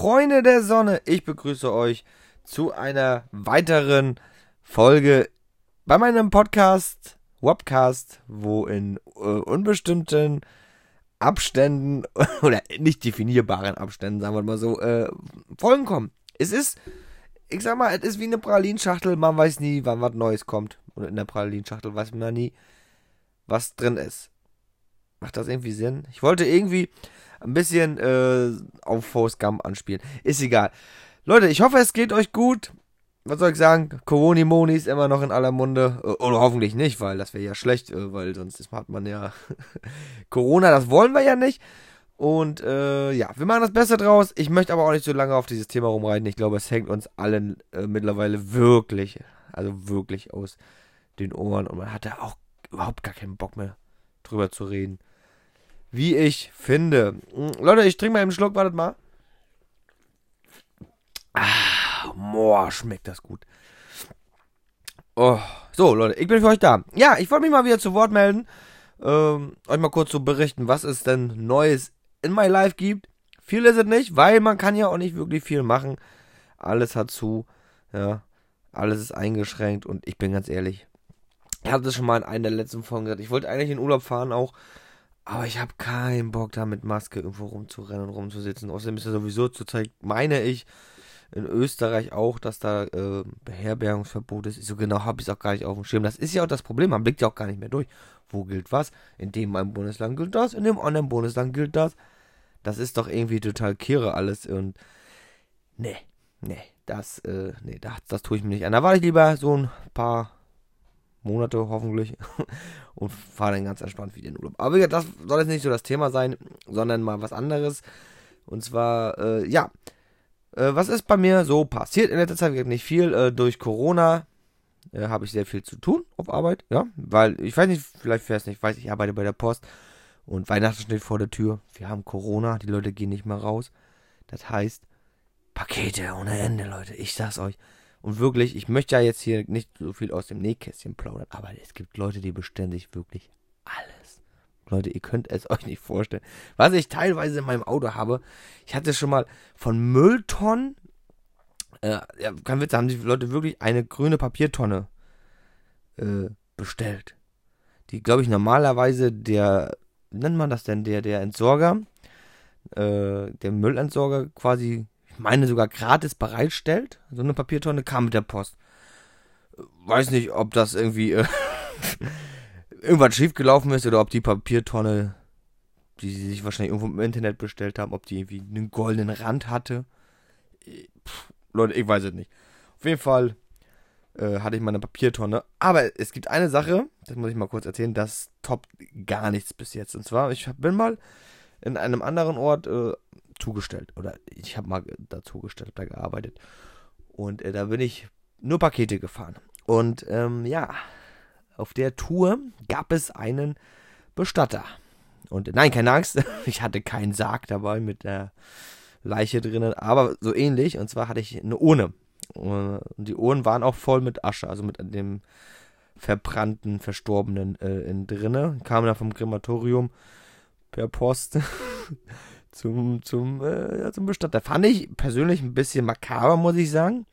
Freunde der Sonne, ich begrüße euch zu einer weiteren Folge bei meinem Podcast, Webcast, wo in unbestimmten Abständen oder nicht definierbaren Abständen, sagen wir mal so, Folgen kommen. Es ist wie eine Pralinschachtel, man weiß nie, wann was Neues kommt. Und in der Pralinschachtel weiß man nie, was drin ist. Macht das irgendwie Sinn? Ich wollte irgendwie ein bisschen auf Forrest Gump anspielen. Ist egal. Leute, ich hoffe, es geht euch gut. Was soll ich sagen? Corona-Moni ist immer noch in aller Munde. Oder hoffentlich nicht, weil das wäre ja schlecht, weil sonst hat man ja Corona, das wollen wir ja nicht. Und ja, wir machen das Beste draus. Ich möchte aber auch nicht so lange auf dieses Thema rumreiten. Ich glaube, es hängt uns allen mittlerweile wirklich aus den Ohren. Und man hat da auch überhaupt gar keinen Bock mehr drüber zu reden. Wie ich finde. Leute, ich trinke mal einen Schluck, wartet mal. Schmeckt das gut. Oh, so, Leute, ich bin für euch da. Ja, ich wollte mich mal wieder zu Wort melden. Euch mal kurz so berichten, was es denn Neues in my life gibt. Viel ist es nicht, weil man kann ja auch nicht wirklich viel machen. Alles hat zu, ja, alles ist eingeschränkt und ich bin ganz ehrlich, ich hatte es schon mal in einer der letzten Folgen gesagt, ich wollte eigentlich in Urlaub fahren auch, aber ich habe keinen Bock da mit Maske irgendwo rumzurennen und rumzusitzen. Außerdem ist ja sowieso zurzeit, meine ich, in Österreich auch, dass da Beherbergungsverbot ist. So genau habe ich es auch gar nicht auf dem Schirm. Das ist ja auch das Problem, man blickt ja auch gar nicht mehr durch. Wo gilt was? In dem einen Bundesland gilt das, in dem anderen Bundesland gilt das. Das ist doch irgendwie total kirre alles und das tue ich mir nicht an. Da warte ich lieber so ein paar Monate hoffentlich und fahre dann ganz entspannt wieder in Urlaub. Aber wie gesagt, das soll jetzt nicht so das Thema sein, sondern mal was anderes. Und zwar, was ist bei mir so passiert in letzter Zeit? Nicht viel. Durch Corona habe ich sehr viel zu tun auf Arbeit, ja, weil, ich weiß nicht, vielleicht wer es nicht weiß, ich arbeite bei der Post und Weihnachten steht vor der Tür. Wir haben Corona, die Leute gehen nicht mehr raus. Das heißt, Pakete ohne Ende, Leute, ich sag's euch. Und wirklich, ich möchte ja jetzt hier nicht so viel aus dem Nähkästchen plaudern, aber es gibt Leute, die bestellen sich wirklich alles. Leute, ihr könnt es euch nicht vorstellen. Was ich teilweise in meinem Auto habe, ich hatte schon mal von Mülltonnen, kein Witz, haben die Leute wirklich eine grüne Papiertonne bestellt. Die, glaube ich, normalerweise wie nennt man das denn, der Entsorger, der Müllentsorger quasi, ich meine sogar gratis bereitstellt. So eine Papiertonne kam mit der Post. Weiß nicht, ob das irgendwie irgendwas schiefgelaufen ist oder ob die Papiertonne, die sie sich wahrscheinlich irgendwo im Internet bestellt haben, ob die irgendwie einen goldenen Rand hatte. Leute, ich weiß es nicht. Auf jeden Fall hatte ich mal eine Papiertonne. Aber es gibt eine Sache, das muss ich mal kurz erzählen, das toppt gar nichts bis jetzt. Und zwar, ich bin mal in einem anderen Ort zugestellt. Oder ich habe mal da zugestellt, da gearbeitet. Und da bin ich nur Pakete gefahren. Und auf der Tour gab es einen Bestatter. Und nein, keine Angst, ich hatte keinen Sarg dabei mit der Leiche drinnen, aber so ähnlich. Und zwar hatte ich eine Urne. Und die Urnen waren auch voll mit Asche, also mit dem verbrannten, verstorbenen drinne. Kam dann vom Krematorium per Post zum Bestatter. Fand ich persönlich ein bisschen makaber, muss ich sagen.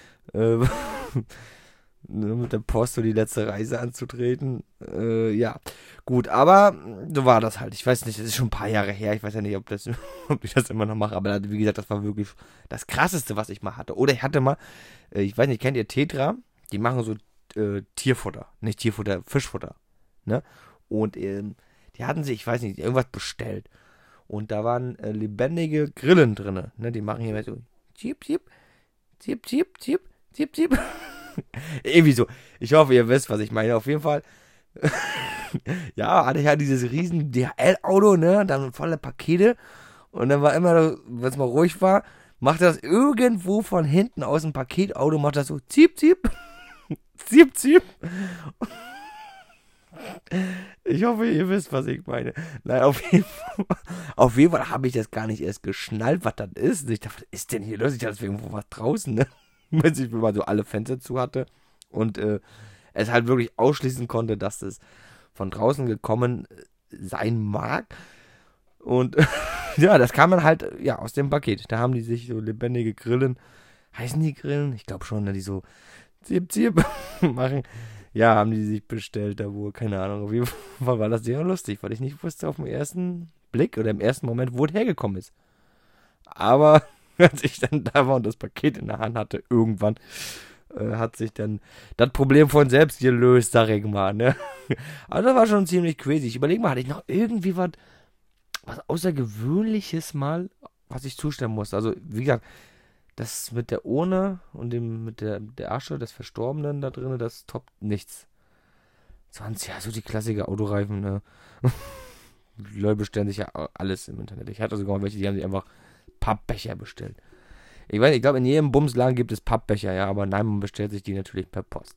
Mit der Post so die letzte Reise anzutreten. Ja, gut, aber so war das halt. Ich weiß nicht, das ist schon ein paar Jahre her. Ich weiß ja nicht, ob ich das immer noch mache. Aber wie gesagt, das war wirklich das Krasseste, was ich mal hatte. Oder ich hatte mal, ich weiß nicht, kennt ihr Tetra? Die machen so Tierfutter. Nicht Tierfutter, Fischfutter. Ne? Und die hatten sich, ich weiß nicht, irgendwas bestellt. Und da waren lebendige Grillen drin. Ne? Die machen hier mal so Zip, Zip, Zip, Zip, Zip, Zip, Zip. Irgendwie so. Ich hoffe, ihr wisst, was ich meine. Auf jeden Fall. Ja, hatte ich halt dieses riesen DHL-Auto, ne? Dann volle Pakete. Und dann war immer, wenn es mal ruhig war, macht das irgendwo von hinten aus dem Paketauto, macht das so Ziep, Ziep. Ziep, Ziep. Ich hoffe, ihr wisst, was ich meine. Nein, auf jeden Fall habe ich das gar nicht erst geschnallt, was das ist. Und ich dachte, was ist denn hier los? Ich dachte, irgendwo was draußen, ne? Wenn ich mal so alle Fenster zu hatte und es halt wirklich ausschließen konnte, dass es von draußen gekommen sein mag. Und Ja, das kam dann halt, ja, aus dem Paket. Da haben die sich so lebendige Grillen, heißen die Grillen? Ich glaube schon, ne, die so Zip, Zip machen. Ja, haben die sich bestellt, da wohl, keine Ahnung. Auf jeden Fall war das sehr lustig, weil ich nicht wusste auf den ersten Blick oder im ersten Moment, wo es hergekommen ist. Aber als ich dann da war und das Paket in der Hand hatte, irgendwann hat sich dann das Problem von selbst gelöst, sag ich mal, ne? Also das war schon ziemlich crazy. Ich überlege mal, hatte ich noch irgendwie was Außergewöhnliches mal, was ich zustimmen muss. Also, wie gesagt, das mit der Urne und mit der Asche des Verstorbenen da drin, das toppt nichts. Sonst ja, so die Klassiker, Autoreifen, ne? Die Leute bestellen sich ja alles im Internet. Ich hatte sogar mal welche, die haben sich einfach Pappbecher bestellt. Ich weiß, ich glaube, in jedem Bumsladen gibt es Pappbecher, ja, aber nein, man bestellt sich die natürlich per Post.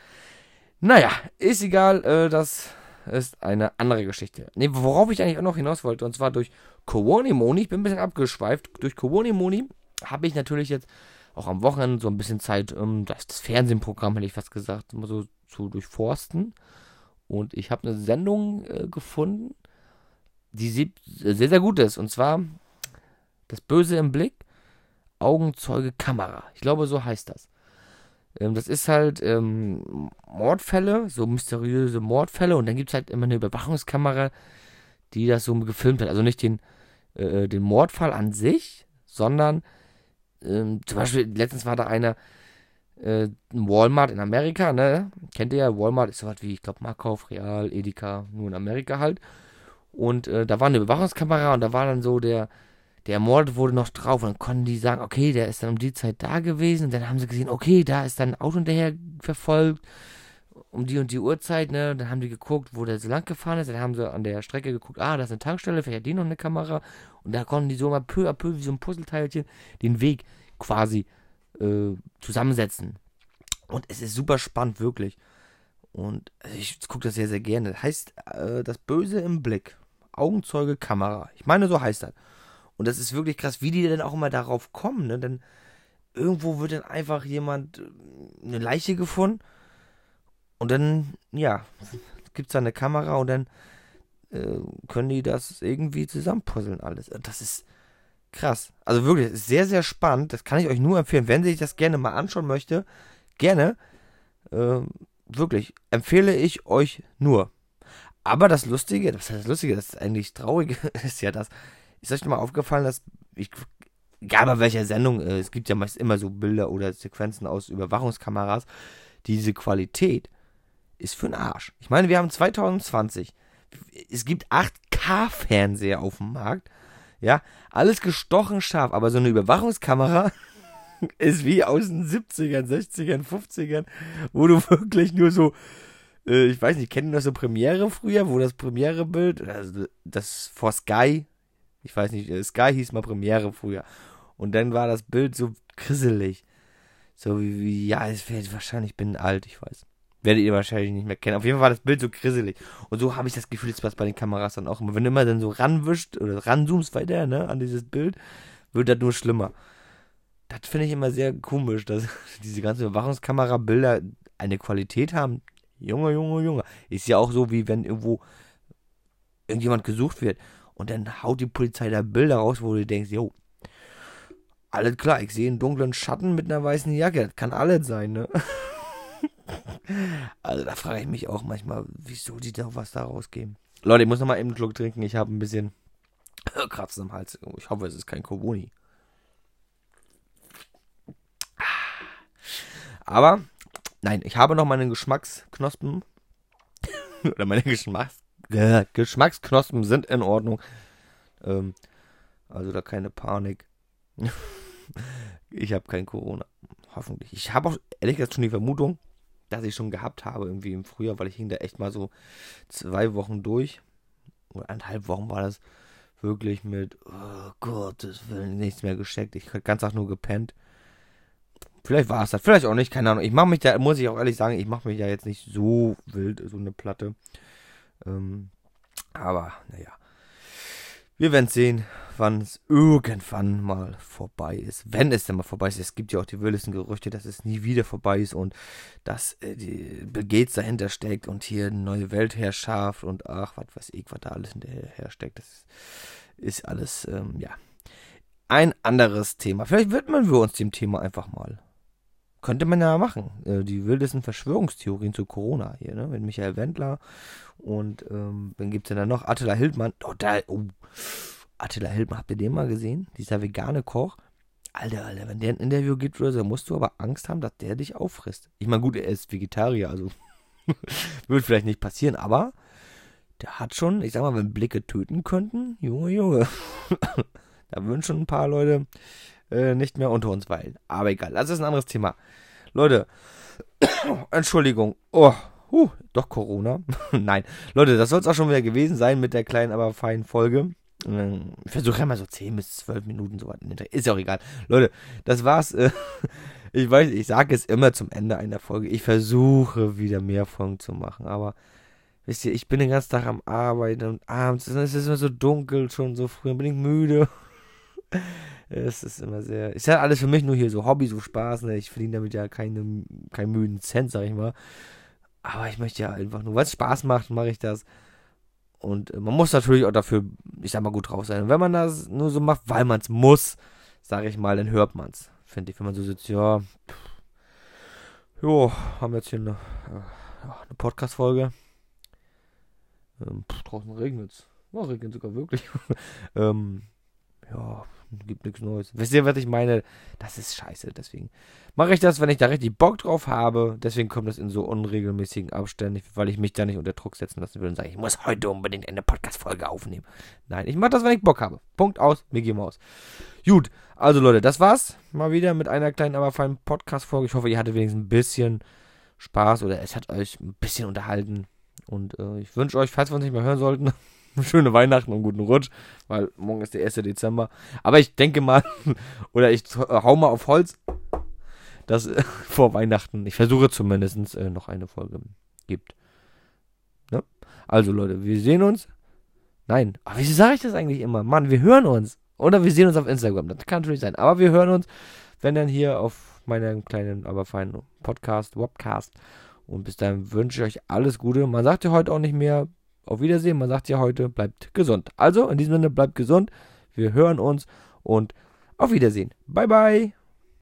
Naja, ist egal, das ist eine andere Geschichte. Ne, worauf ich eigentlich auch noch hinaus wollte, und zwar durch Kowonimoni, ich bin ein bisschen abgeschweift, durch Kowonimoni habe ich natürlich jetzt auch am Wochenende so ein bisschen Zeit, das Fernsehprogramm, hätte ich fast gesagt, mal so zu durchforsten. Und ich habe eine Sendung gefunden, die sehr, sehr gut ist. Und zwar Das Böse im Blick, Augenzeuge Kamera. Ich glaube, so heißt das. Das ist halt Mordfälle, so mysteriöse Mordfälle. Und dann gibt es halt immer eine Überwachungskamera, die das so gefilmt hat. Also nicht den Mordfall an sich, sondern zum Beispiel, letztens war da einer, ein Walmart in Amerika, ne? Kennt ihr ja, Walmart ist so was wie, ich glaube, Markauf, Real, Edeka, nur in Amerika halt. Und da war eine Überwachungskamera und da war dann so der ermordet wurde noch drauf. Und dann konnten die sagen, okay, der ist dann um die Zeit da gewesen. Und dann haben sie gesehen, okay, da ist dann ein Auto hinterher verfolgt, um die und die Uhrzeit, ne? Dann haben die geguckt, wo der so lang gefahren ist. Dann haben sie an der Strecke geguckt, da ist eine Tankstelle, vielleicht hat die noch eine Kamera. Und da konnten die so mal peu à peu, wie so ein Puzzleteilchen, den Weg quasi zusammensetzen. Und es ist super spannend, wirklich. Und ich gucke das sehr, sehr gerne. Das heißt, das Böse im Blick. Augenzeuge Kamera. Ich meine, so heißt das. Und das ist wirklich krass, wie die denn auch immer darauf kommen, ne? Denn irgendwo wird dann einfach jemand eine Leiche gefunden. Und dann, ja, gibt es da eine Kamera und dann können die das irgendwie zusammenpuzzeln alles. Das ist krass. Also wirklich, das ist sehr, sehr spannend. Das kann ich euch nur empfehlen. Wenn ihr sich das gerne mal anschauen möchte, gerne. Wirklich, empfehle ich euch nur. Aber das Lustige, das ist eigentlich Traurige, ist ja das. Ist euch mal aufgefallen, dass egal bei welcher Sendung, es gibt ja meist immer so Bilder oder Sequenzen aus Überwachungskameras, diese Qualität ist für den Arsch. Ich meine, wir haben 2020. Es gibt 8K-Fernseher auf dem Markt. Ja, alles gestochen scharf, aber so eine Überwachungskamera ist wie aus den 70ern, 60ern, 50ern, wo du wirklich nur so, ich weiß nicht, kennen das so Premiere früher, wo das Premiere-Bild, also das vor Sky, ich weiß nicht, Sky hieß mal Premiere früher. Und dann war das Bild so krisselig. So wie ja, wahrscheinlich, ich bin alt, ich weiß. Werdet ihr wahrscheinlich nicht mehr kennen. Auf jeden Fall war das Bild so krisselig. Und so habe ich das Gefühl, jetzt was bei den Kameras dann auch immer. Wenn du immer dann so ranwischst oder ranzoomst weiter, ne, an dieses Bild, wird das nur schlimmer. Das finde ich immer sehr komisch, dass diese ganzen Überwachungskamera-Bilder eine Qualität haben. Junge, Junge, Junge. Ist ja auch so, wie wenn irgendwo irgendjemand gesucht wird. Und dann haut die Polizei da Bilder raus, wo du denkst, jo, alles klar, ich sehe einen dunklen Schatten mit einer weißen Jacke. Das kann alles sein, ne? Also da frage ich mich auch manchmal, wieso die da was da rausgeben. Leute, ich muss noch mal eben einen Schluck trinken. Ich habe ein bisschen Kratzen im Hals. Ich hoffe, es ist kein Kowoni. Aber, nein, ich habe noch meine Geschmacksknospen. Oder meine Geschmacksknospen sind in Ordnung. Also da keine Panik. Ich habe kein Corona. Hoffentlich. Ich habe auch ehrlich gesagt schon die Vermutung, dass ich schon gehabt habe, irgendwie im Frühjahr, weil ich hing da echt mal so 2 Wochen durch. Oder 1,5 Wochen war das wirklich mit, oh Gottes Willen, nichts mehr gesteckt. Ich habe ganz Tag nur gepennt. Vielleicht war es das, vielleicht auch nicht, keine Ahnung. Ich mache mich da, muss ich auch ehrlich sagen, ich mache mich da jetzt nicht so wild, so eine Platte. Aber, naja. Wir werden sehen, wann es irgendwann mal vorbei ist. Wenn es denn mal vorbei ist. Es gibt ja auch die wildesten Gerüchte, dass es nie wieder vorbei ist und dass die Bill Gates dahinter steckt und hier eine neue Weltherrschaft und ach, was weiß ich, was da alles hinterher steckt. Das ist alles, ja, ein anderes Thema. Vielleicht widmen wir uns dem Thema einfach mal. Könnte man ja machen. Die wildesten Verschwörungstheorien zu Corona hier, ne? Mit Michael Wendler und dann gibt es ja dann noch Attila Hildmann. Attila Hildmann, habt ihr den mal gesehen? Dieser vegane Koch. Alter, wenn der ein Interview gibt oder so, musst du aber Angst haben, dass der dich auffrisst. Ich meine, gut, er ist Vegetarier, also wird vielleicht nicht passieren, aber der hat schon, ich sag mal, wenn Blicke töten könnten, Junge, da würden schon ein paar Leute nicht mehr unter uns weilen. Aber egal, das ist ein anderes Thema. Leute, Entschuldigung. Doch Corona. Nein, Leute, das soll es auch schon wieder gewesen sein mit der kleinen, aber feinen Folge. Ich versuche ja mal so 10 bis 12 Minuten so was. Ist ja auch egal. Leute, das war's. Ich weiß, ich sage es immer zum Ende einer Folge. Ich versuche wieder mehr Folgen zu machen, aber wisst ihr, ich bin den ganzen Tag am Arbeiten und abends ist es immer so dunkel, schon so früh, bin ich müde. Es ist immer sehr, ist ja alles für mich nur hier so Hobby, so Spaß, ne? Ich verdiene damit ja keinen müden Cent, sag ich mal. Aber ich möchte ja einfach nur, weil es Spaß macht, mache ich das. Und man muss natürlich auch dafür, ich sag mal, gut drauf sein. Und wenn man das nur so macht, weil man es muss, sag ich mal, dann hört man es. Finde ich, wenn man so sitzt, ja, haben wir jetzt hier eine Podcast-Folge. Draußen regnet es. Regnet sogar wirklich. Gibt nichts Neues. Wisst ihr, was ich meine? Das ist scheiße. Deswegen mache ich das, wenn ich da richtig Bock drauf habe. Deswegen kommt das in so unregelmäßigen Abständen, weil ich mich da nicht unter Druck setzen lassen will und sage, ich muss heute unbedingt eine Podcast-Folge aufnehmen. Nein, ich mache das, wenn ich Bock habe. Punkt aus, Mickey Maus. Gut, also Leute, das war's. Mal wieder mit einer kleinen, aber feinen Podcast-Folge. Ich hoffe, ihr hattet wenigstens ein bisschen Spaß oder es hat euch ein bisschen unterhalten. Und ich wünsche euch, falls wir uns nicht mehr hören sollten, schöne Weihnachten und guten Rutsch, weil morgen ist der 1. Dezember. Aber ich denke mal, oder ich hau mal auf Holz, dass vor Weihnachten, ich versuche zumindest noch eine Folge gibt. Ne? Also Leute, wir sehen uns. Nein, aber wieso sage ich das eigentlich immer? Mann, wir hören uns. Oder wir sehen uns auf Instagram, das kann natürlich sein. Aber wir hören uns, wenn dann hier auf meinem kleinen, aber feinen Webcast. Und bis dahin wünsche ich euch alles Gute. Man sagt ja heute auch nicht mehr auf Wiedersehen. Man sagt ja heute, bleibt gesund. Also, in diesem Sinne, bleibt gesund. Wir hören uns und auf Wiedersehen. Bye, bye.